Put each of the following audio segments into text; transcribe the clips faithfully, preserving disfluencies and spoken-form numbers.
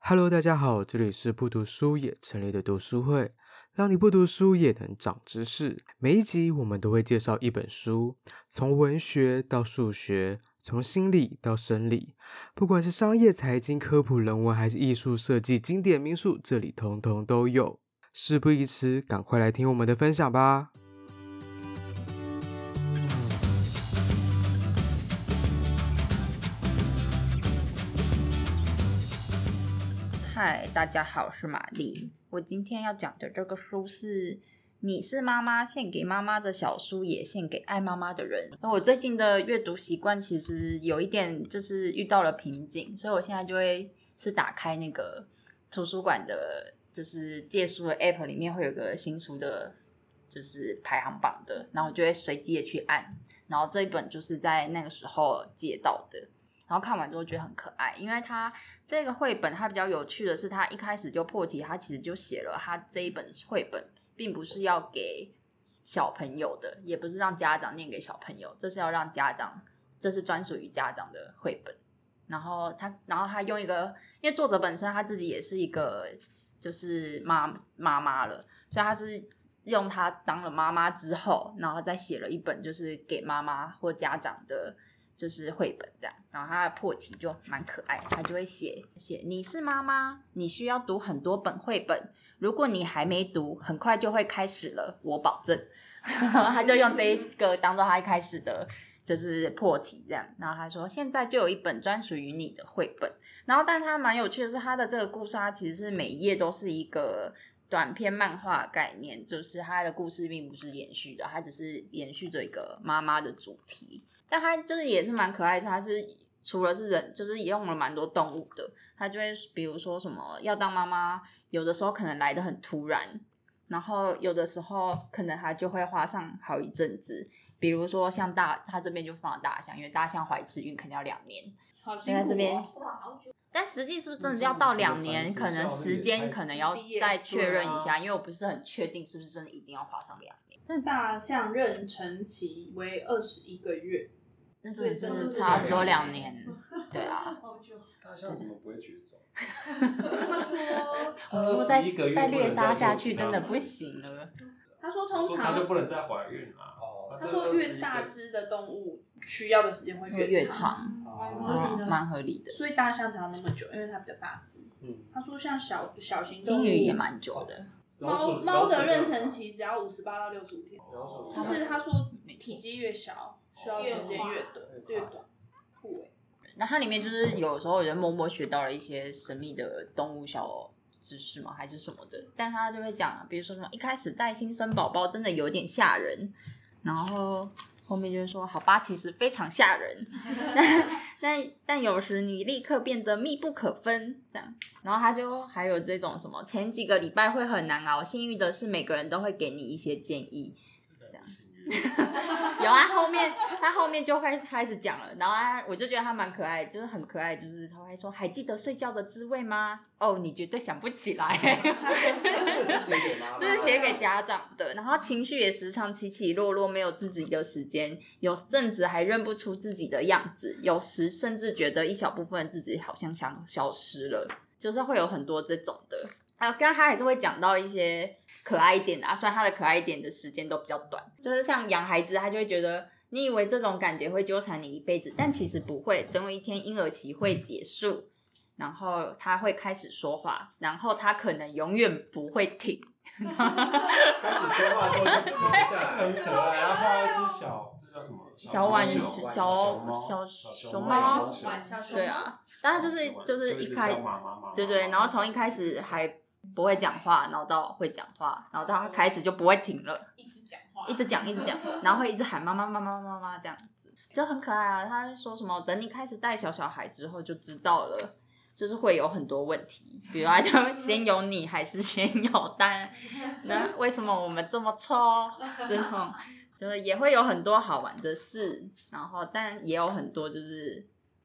Hello， 大家好，这里是不读书也成立的读书会，让你不读书也能长知识。每一集我们都会介绍一本书，从文学到数学，从心理到生理，不管是商业、财经、科普、人文，还是艺术设计、经典名著，这里通通都有。事不宜迟，赶快来听我们的分享吧。 嗨，大家好，我是玛丽。我今天要讲的这个书是《你是妈妈，献给妈妈的小书，也献给爱妈妈的人》。我最近的阅读习惯其实有一点就是遇到了瓶颈，所以我现在就会是打开那个图书馆的，就是借书的 app 里面会有个新书的，就是排行榜的，然后我就会随机的去按，然后这一本就是在那个时候借到的。然后看完之后觉得很可爱，因为它这个绘本它比较有趣的是，它一开始就破题，它其实就写了它这一本绘本并不是要给小朋友的，也不是让家长念给小朋友，这是要让家长，这是专属于家长的绘本。然后他，然后他用一个，因为作者本身他自己也是一个就是妈妈妈了，所以他是用他当了妈妈之后，然后再写了一本就是给妈妈或家长的。就是绘本这样，然后它的破题就蛮可爱的，他就会写写你是妈妈，你需要读很多本绘本，如果你还没读，很快就会开始了，我保证。他就用这一个当做他一开始的就是破题这样，然后他说现在就有一本专属于你的绘本，然后但他蛮有趣的是他的这个故事，他其实是每一页都是一个短篇漫画概念，就是他的故事并不是连续的，他只是延续着一个妈妈的主题，但他就是也是蛮可爱的，他是除了是人，就是也用了蛮多动物的，他就会比如说什么要当妈妈，有的时候可能来得很突然，然后有的时候可能他就会花上好一阵子，比如说像大，他这边就放了大象，因为大象怀次孕肯定要两年， 好辛苦、哦、 在这边但实际是不是真的要到两年，可能时间可能要再确认一下，因为我不是很确定是不是真的一定要花上两年。 但大象妊娠期为二十一个月， 那真的是差不多两年，对啊。 大象怎么不会绝种？ 他说， 呃，再再猎杀下去真的不行了。 他说通常他就不能再怀孕了。 哦，他说越大只的动物需要的时间会越越长， 蛮合理的， 蛮合理的。 所以大象才要那么久，因为它比较大只。嗯，他说像小小型动物， 金鱼也蛮久的。 猫猫的妊娠期只要五十八到六十五天，就是他说体积越小，需要时间越短，越短。酷欸。 那它里面就是有时候人默默学到了一些神秘的动物小知识吗？还是什么的？但他就会讲，比如说什么一开始带新生宝宝真的有点吓人，然后后面就是说好吧，其实非常吓人，但但但有时你立刻变得密不可分，这样。然后他就还有这种什么前几个礼拜会很难熬，幸运的是每个人都会给你一些建议。有啊，后面他后面就开始开始讲了，然后他我就觉得他蛮可爱，就是很可爱，就是他会说还记得睡觉的滋味吗？哦，你绝对想不起来。这是写给家长的，然后情绪也时常起起落落，没有自己的时间，有阵子还认不出自己的样子，有时甚至觉得一小部分自己好像想消失了，就是会有很多这种的。还有刚刚他还是会讲到一些可爱一点的啊，虽然他的可爱一点的时间都比较短，就是像养孩子，他就会觉得你以为这种感觉会纠缠你一辈子，但其实不会，总有一天婴儿期会结束，然后他会开始说话，然后他可能永远不会停。 开始说话就停不下来，很可爱。然后画一只小，这叫什么？ 小浣小小熊猫，对啊，但他就是就是一开，对对，然后从一开始还不会讲话，然后到会讲话，然后到他开始就不会停了， 一直讲话， 一直讲一直讲，然后会一直喊妈妈妈妈妈妈这样子，就很可爱啊。他说什么？等你开始带小小孩之后就知道了，就是会有很多问题，比如他就先有你还是先有蛋？那为什么我们这么臭？这种就是也会有很多好玩的事，然后但也有很多就是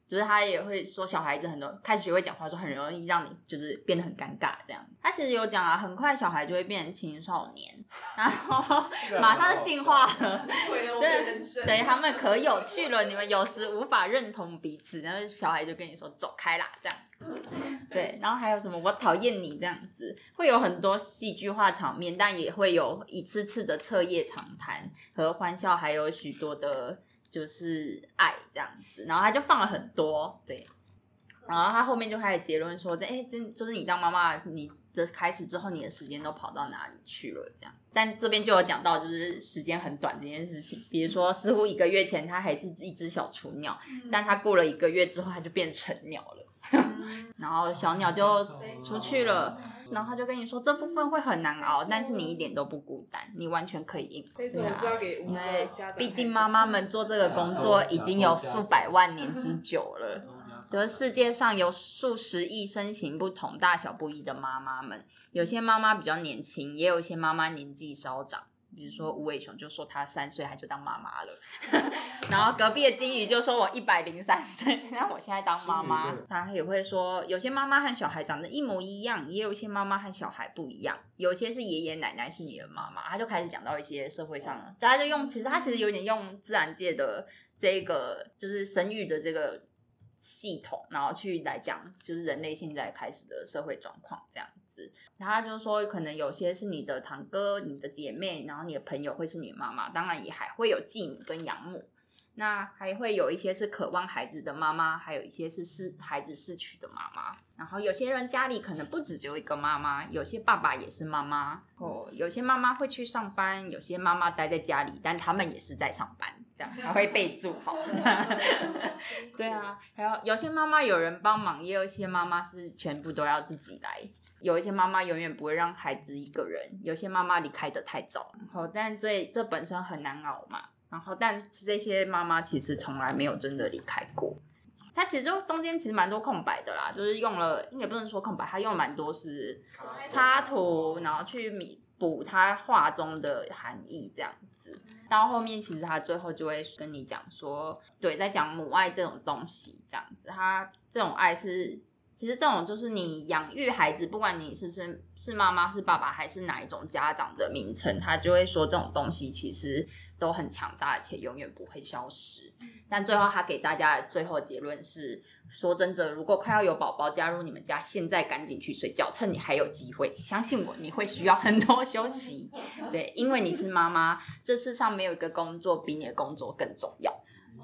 就是他也会说小孩子很多开始学会讲话的时候很容易让你就是变得很尴尬这样。他其实有讲啊，很快小孩就会变成青少年，然后马上就进化了，对，对他们可有趣了，你们有时无法认同彼此，然后小孩就跟你说走开啦这样。对，然后还有什么我讨厌你这样子，会有很多戏剧化场面，但也会有一次次的彻夜长谈和欢笑，还有许多的就是爱这样子，然后他就放了很多，对，然后他后面就开始结论说，这哎，这就是你当妈妈，你这开始之后，你的时间都跑到哪里去了？这样，但这边就有讲到，就是时间很短这件事情，比如说似乎一个月前他还是一只小雏鸟，嗯、但他过了一个月之后，他就变成鸟了。然后小鸟就出去了，然后他就跟你说这部分会很难熬，但是你一点都不孤单，你完全可以应付。对啊，因为毕竟妈妈们做这个工作已经有数百万年之久了，就是世界上有数十亿身形不同、大小不一的妈妈们，有些妈妈比较年轻，也有一些妈妈年纪稍长。比如说无尾熊就说他三岁他就当妈妈了然后隔壁的金鱼就说我一百零三岁那我现在当妈妈。他也会说有些妈妈和小孩长得一模一样，也有一些妈妈和小孩不一样，有些是爷爷奶奶是你的妈妈。他就开始讲到一些社会上的，他就用其实他其实有点用自然界的这个就是生育的这个系统，然后去来讲就是人类现在开始的社会状况这样子。然后他就说可能有些是你的堂哥、你的姐妹，然后你的朋友会是你的妈妈，当然也还会有继母跟养母，那还会有一些是渴望孩子的妈妈，还有一些是是孩子逝去的妈妈。然后有些人家里可能不只只有一个妈妈，有些爸爸也是妈妈，哦，有些妈妈会去上班，有些妈妈待在家里，但他们也是在上班，这样还会备注好对啊，还有有些妈妈有人帮忙，也有一些妈妈是全部都要自己来。有一些妈妈永远不会让孩子一个人，有些妈妈离开得太早，然后但这这本身很难熬嘛。然后但这些妈妈其实从来没有真的离开过。它其实就中间其实蛮多空白的啦，就是用了也不能说空白，它用了蛮多是插图，然后去弥补它画中的含义这样子。到后面其实他最后就会跟你讲说，对，在讲母爱这种东西这样子，它这种爱是。其实这种就是你养育孩子，不管你是不是是妈妈是爸爸还是哪一种家长的名称，他就会说这种东西其实都很强大，而且永远不会消失。但最后他给大家的最后结论是，说真的，如果快要有宝宝加入你们家，现在赶紧去睡觉，趁你还有机会，相信我，你会需要很多休息。对，因为你是妈妈，这世上没有一个工作比你的工作更重要。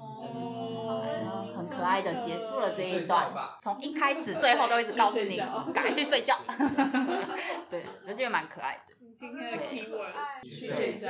很可爱的结束了这一段，从一开始最后都一直告诉你赶快去睡觉对，我就觉得蛮可爱的。 今天的 keyword 去睡觉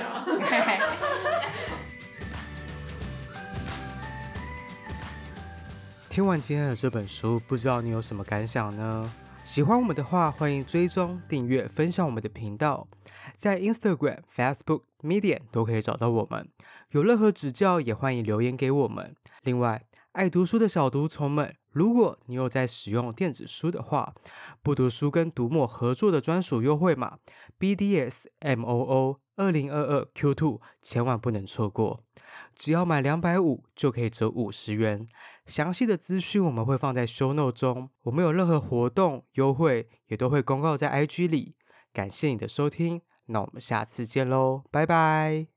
听完今天的这本书，不知道你有什么感想呢？喜欢我们的话，欢迎追踪、订阅、分享我们的频道，在 Instagram、Facebook、Medium 都可以找到我们。有任何指教，也欢迎留言给我们。另外，爱读书的小读虫们，如果你有在使用电子书的话，不读书跟读墨合作的专属优惠码 B D S M O O 二零二二 Q 二 千万不能错过，只要满两百五十就可以折五十元。详细的资讯我们会放在 show note 中，我们有任何活动优惠也都会公告在 I G 里。感谢你的收听，那我们下次见咯，拜拜。